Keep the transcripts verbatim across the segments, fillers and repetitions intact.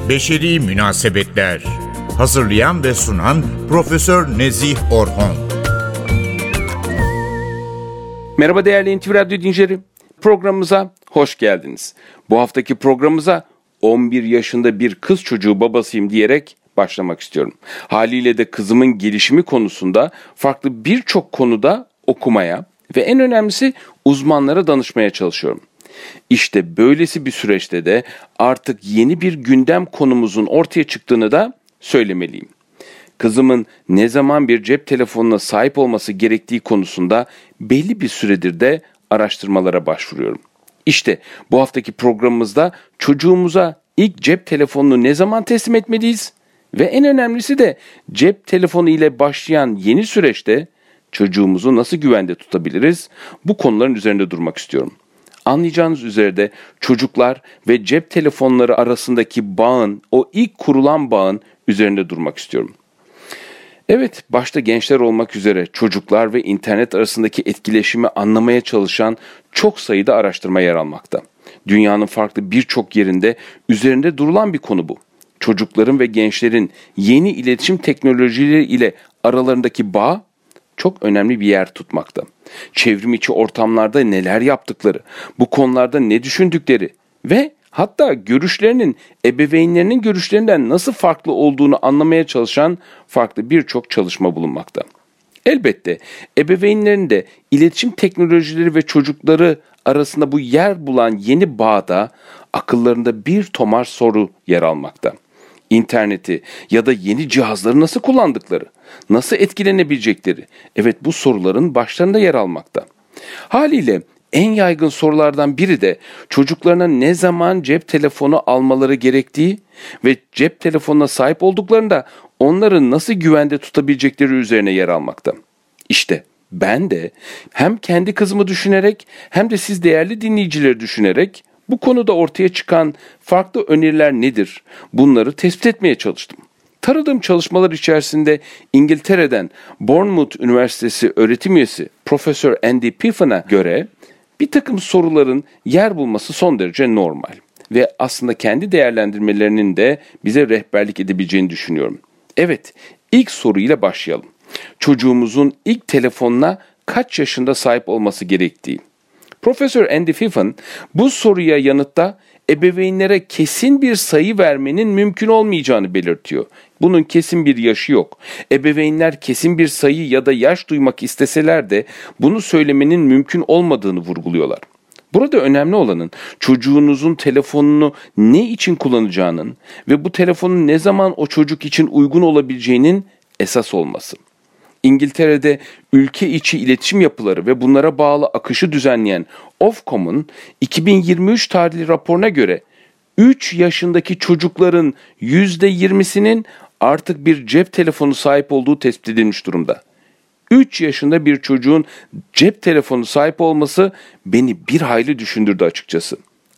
Beşeri Münasebetler. Hazırlayan ve sunan Profesör Nezih Orhon. Merhaba değerli N T V Radyo dinleyicileri. Programımıza hoş geldiniz. Bu haftaki programımıza on bir yaşında bir kız çocuğu babasıyım diyerek başlamak istiyorum. Haliyle de kızımın gelişimi konusunda farklı birçok konuda okumaya ve en önemlisi uzmanlara danışmaya çalışıyorum. İşte böylesi bir süreçte de artık yeni bir gündem konumuzun ortaya çıktığını da söylemeliyim. Kızımın ne zaman bir cep telefonuna sahip olması gerektiği konusunda belli bir süredir de araştırmalara başvuruyorum. İşte bu haftaki programımızda çocuğumuza ilk cep telefonunu ne zaman teslim etmeliyiz ve en önemlisi de cep telefonu ile başlayan yeni süreçte çocuğumuzu nasıl güvende tutabiliriz? Bu konuların üzerinde durmak istiyorum. Anlayacağınız üzere de çocuklar ve cep telefonları arasındaki bağın, o ilk kurulan bağın üzerinde durmak istiyorum. Evet, başta gençler olmak üzere çocuklar ve internet arasındaki etkileşimi anlamaya çalışan çok sayıda araştırma yer almakta. Dünyanın farklı birçok yerinde üzerinde durulan bir konu bu. Çocukların ve gençlerin yeni iletişim teknolojileri ile aralarındaki bağ çok önemli bir yer tutmakta. Çevrim içi ortamlarda neler yaptıkları, bu konularda ne düşündükleri ve hatta görüşlerinin ebeveynlerinin görüşlerinden nasıl farklı olduğunu anlamaya çalışan farklı birçok çalışma bulunmakta. Elbette ebeveynlerin de iletişim teknolojileri ve çocukları arasında bu yer bulan yeni bağda akıllarında bir tomar soru yer almakta. İnterneti ya da yeni cihazları nasıl kullandıkları, nasıl etkilenebilecekleri, evet bu soruların başlarında yer almakta. Haliyle en yaygın sorulardan biri de çocuklarına ne zaman cep telefonu almaları gerektiği ve cep telefonuna sahip olduklarında onları nasıl güvende tutabilecekleri üzerine yer almakta. İşte ben de hem kendi kızımı düşünerek hem de siz değerli dinleyicileri düşünerek bu konuda ortaya çıkan farklı öneriler nedir? Bunları tespit etmeye çalıştım. Taradığım çalışmalar içerisinde İngiltere'den Bournemouth Üniversitesi öğretim üyesi Profesör Andy Piffin'a göre bir takım soruların yer bulması son derece normal ve aslında kendi değerlendirmelerinin de bize rehberlik edebileceğini düşünüyorum. Evet, ilk soruyla başlayalım. Çocuğumuzun ilk telefonuna kaç yaşında sahip olması gerektiği. Profesör Andy Piffin bu soruya yanıtta ebeveynlere kesin bir sayı vermenin mümkün olmayacağını belirtiyor. Bunun kesin bir yaşı yok. Ebeveynler kesin bir sayı ya da yaş duymak isteseler de bunu söylemenin mümkün olmadığını vurguluyorlar. Burada önemli olanın çocuğunuzun telefonunu ne için kullanacağının ve bu telefonun ne zaman o çocuk için uygun olabileceğinin esas olması. İngiltere'de ülke içi iletişim yapıları ve bunlara bağlı akışı düzenleyen Ofcom'un iki bin yirmi üç tarihli raporuna göre üç yaşındaki çocukların yüzde yirmisinin artık bir cep telefonu sahip olduğu tespit edilmiş durumda. üç yaşında bir çocuğun cep telefonu sahip olması beni bir hayli düşündürdü açıkçası.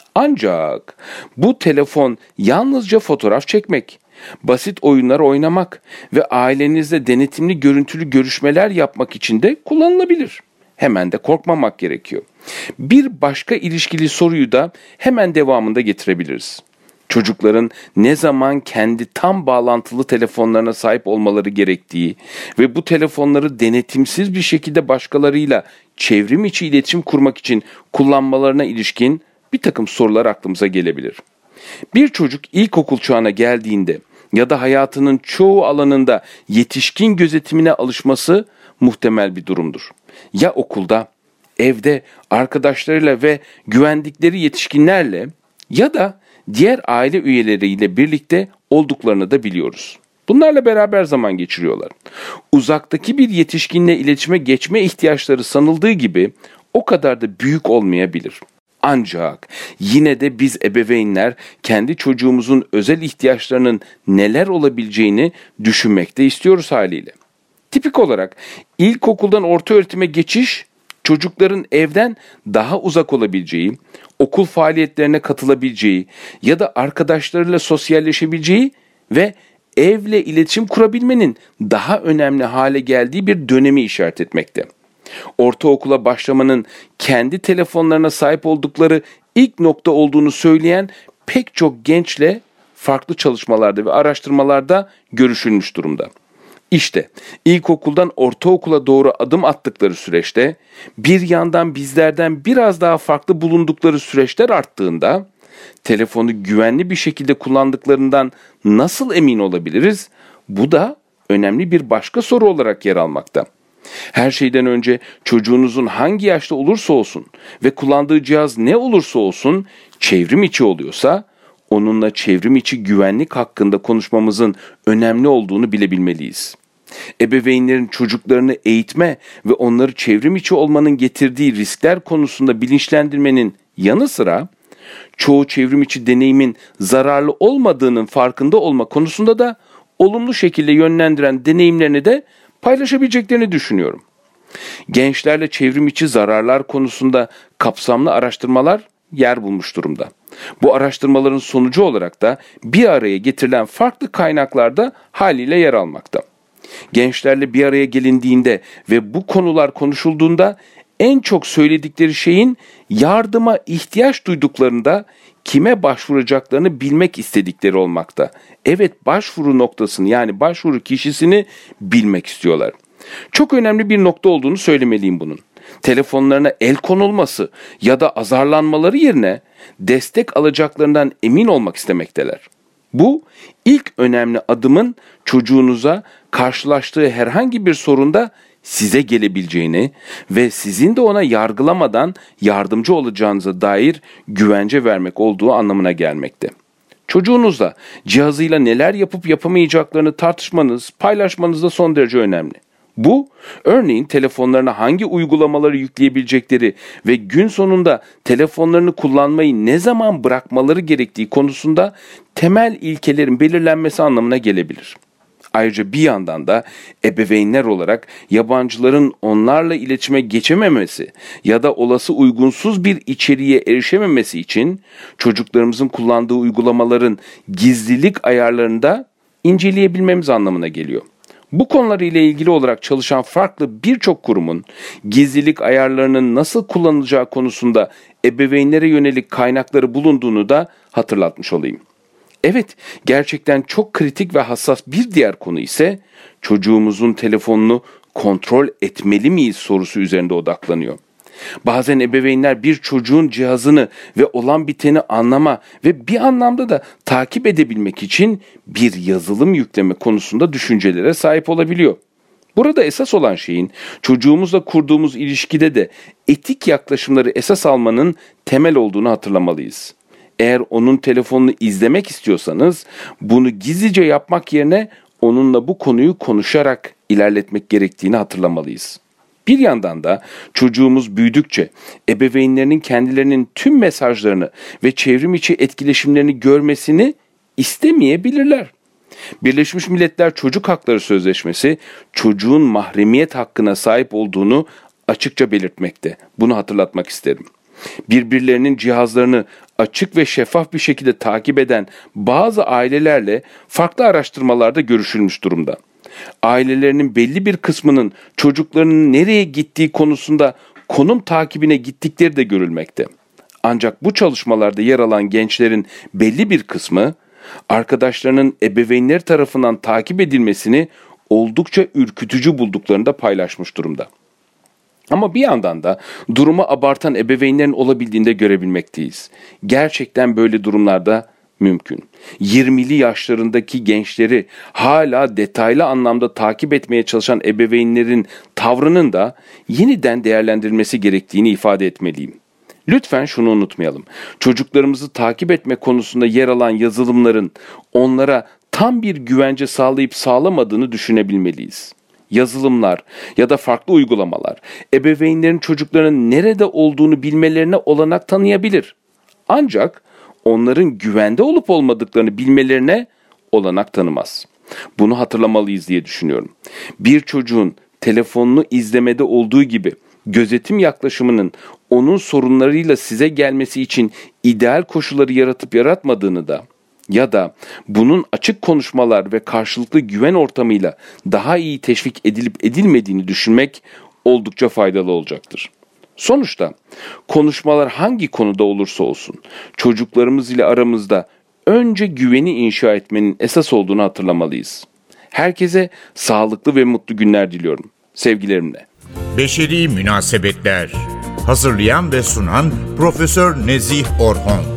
Ancak bu telefon yalnızca fotoğraf çekmek, basit oyunlar oynamak ve ailenizle denetimli görüntülü görüşmeler yapmak için de kullanılabilir. Hemen de korkmamak gerekiyor. Bir başka ilişkili soruyu da hemen devamında getirebiliriz. Çocukların ne zaman kendi tam bağlantılı telefonlarına sahip olmaları gerektiği ve bu telefonları denetimsiz bir şekilde başkalarıyla çevrim içi iletişim kurmak için kullanmalarına ilişkin bir takım sorular aklımıza gelebilir. Bir çocuk ilkokul çağına geldiğinde ya da hayatının çoğu alanında yetişkin gözetimine alışması muhtemel bir durumdur. Ya okulda, evde, arkadaşlarıyla ve güvendikleri yetişkinlerle ya da diğer aile üyeleriyle birlikte olduklarını da biliyoruz. Bunlarla beraber zaman geçiriyorlar. Uzaktaki bir yetişkinle iletişime geçme ihtiyaçları sanıldığı gibi o kadar da büyük olmayabilir. Ancak yine de biz ebeveynler kendi çocuğumuzun özel ihtiyaçlarının neler olabileceğini düşünmekte istiyoruz haliyle. Tipik olarak ilkokuldan ortaöğretime geçiş çocukların evden daha uzak olabileceği, okul faaliyetlerine katılabileceği ya da arkadaşlarıyla sosyalleşebileceği ve evle iletişim kurabilmenin daha önemli hale geldiği bir dönemi işaret etmekte. Ortaokula başlamanın kendi telefonlarına sahip oldukları ilk nokta olduğunu söyleyen pek çok gençle farklı çalışmalarda ve araştırmalarda görüşülmüş durumda. İşte ilkokuldan ortaokula doğru adım attıkları süreçte bir yandan bizlerden biraz daha farklı bulundukları süreçler arttığında telefonu güvenli bir şekilde kullandıklarından nasıl emin olabiliriz? Bu da önemli bir başka soru olarak yer almakta. Her şeyden önce çocuğunuzun hangi yaşta olursa olsun ve kullandığı cihaz ne olursa olsun çevrim içi oluyorsa onunla çevrim içi güvenlik hakkında konuşmamızın önemli olduğunu bilebilmeliyiz. Ebeveynlerin çocuklarını eğitme ve onları çevrim içi olmanın getirdiği riskler konusunda bilinçlendirmenin yanı sıra çoğu çevrim içi deneyimin zararlı olmadığının farkında olma konusunda da olumlu şekilde yönlendiren deneyimlerini de paylaşabileceklerini düşünüyorum. Gençlerle çevrim içi zararlar konusunda kapsamlı araştırmalar yer bulmuş durumda. Bu araştırmaların sonucu olarak da bir araya getirilen farklı kaynaklarda haliyle yer almakta. Gençlerle bir araya gelindiğinde ve bu konular konuşulduğunda en çok söyledikleri şeyin yardıma ihtiyaç duyduklarında kime başvuracaklarını bilmek istedikleri olmakta. Evet, başvuru noktasını yani başvuru kişisini bilmek istiyorlar. Çok önemli bir nokta olduğunu söylemeliyim bunun. Telefonlarına el konulması ya da azarlanmaları yerine destek alacaklarından emin olmak istemekteler. Bu ilk önemli adımın çocuğunuza karşılaştığı herhangi bir sorunda size gelebileceğini ve sizin de ona yargılamadan yardımcı olacağınıza dair güvence vermek olduğu anlamına gelmekte. Çocuğunuzla cihazıyla neler yapıp yapamayacaklarını tartışmanız, paylaşmanız da son derece önemli. Bu, örneğin telefonlarına hangi uygulamaları yükleyebilecekleri ve gün sonunda telefonlarını kullanmayı ne zaman bırakmaları gerektiği konusunda temel ilkelerin belirlenmesi anlamına gelebilir. Ayrıca bir yandan da ebeveynler olarak yabancıların onlarla iletişime geçememesi ya da olası uygunsuz bir içeriğe erişememesi için çocuklarımızın kullandığı uygulamaların gizlilik ayarlarını da inceleyebilmemiz anlamına geliyor. Bu konular ile ilgili olarak çalışan farklı birçok kurumun gizlilik ayarlarının nasıl kullanılacağı konusunda ebeveynlere yönelik kaynakları bulunduğunu da hatırlatmış olayım. Evet, gerçekten çok kritik ve hassas bir diğer konu ise çocuğumuzun telefonunu kontrol etmeli miyiz sorusu üzerinde odaklanıyor. Bazen ebeveynler bir çocuğun cihazını ve olan biteni anlama ve bir anlamda da takip edebilmek için bir yazılım yükleme konusunda düşüncelere sahip olabiliyor. Burada esas olan şeyin çocuğumuzla kurduğumuz ilişkide de etik yaklaşımları esas almanın temel olduğunu hatırlamalıyız. Eğer onun telefonunu izlemek istiyorsanız bunu gizlice yapmak yerine onunla bu konuyu konuşarak ilerletmek gerektiğini hatırlamalıyız. Bir yandan da çocuğumuz büyüdükçe ebeveynlerinin kendilerinin tüm mesajlarını ve çevrim içi etkileşimlerini görmesini istemeyebilirler. Birleşmiş Milletler Çocuk Hakları Sözleşmesi çocuğun mahremiyet hakkına sahip olduğunu açıkça belirtmekte. Bunu hatırlatmak isterim. Birbirlerinin cihazlarını açık ve şeffaf bir şekilde takip eden bazı ailelerle farklı araştırmalarda görüşülmüş durumda. Ailelerinin belli bir kısmının çocuklarının nereye gittiği konusunda konum takibine gittikleri de görülmekte. Ancak bu çalışmalarda yer alan gençlerin belli bir kısmı arkadaşlarının ebeveynleri tarafından takip edilmesini oldukça ürkütücü bulduklarını da paylaşmış durumda. Ama bir yandan da durumu abartan ebeveynlerin olabildiğini de görebilmekteyiz. Gerçekten böyle durumlarda mümkün. yirmili yaşlarındaki gençleri hala detaylı anlamda takip etmeye çalışan ebeveynlerin tavrının da yeniden değerlendirilmesi gerektiğini ifade etmeliyim. Lütfen şunu unutmayalım. Çocuklarımızı takip etme konusunda yer alan yazılımların onlara tam bir güvence sağlayıp sağlamadığını düşünebilmeliyiz. Yazılımlar ya da farklı uygulamalar ebeveynlerin çocuklarının nerede olduğunu bilmelerine olanak tanıyabilir. Ancak onların güvende olup olmadıklarını bilmelerine olanak tanımaz. Bunu hatırlamalıyız diye düşünüyorum. Bir çocuğun telefonunu izlemede olduğu gibi gözetim yaklaşımının onun sorunlarıyla size gelmesi için ideal koşulları yaratıp yaratmadığını da ya da bunun açık konuşmalar ve karşılıklı güven ortamıyla daha iyi teşvik edilip edilmediğini düşünmek oldukça faydalı olacaktır. Sonuçta konuşmalar hangi konuda olursa olsun çocuklarımız ile aramızda önce güveni inşa etmenin esas olduğunu hatırlamalıyız. Herkese sağlıklı ve mutlu günler diliyorum. Sevgilerimle. Beşeri Münasebetler. Hazırlayan ve sunan Profesör Nezih Orhon.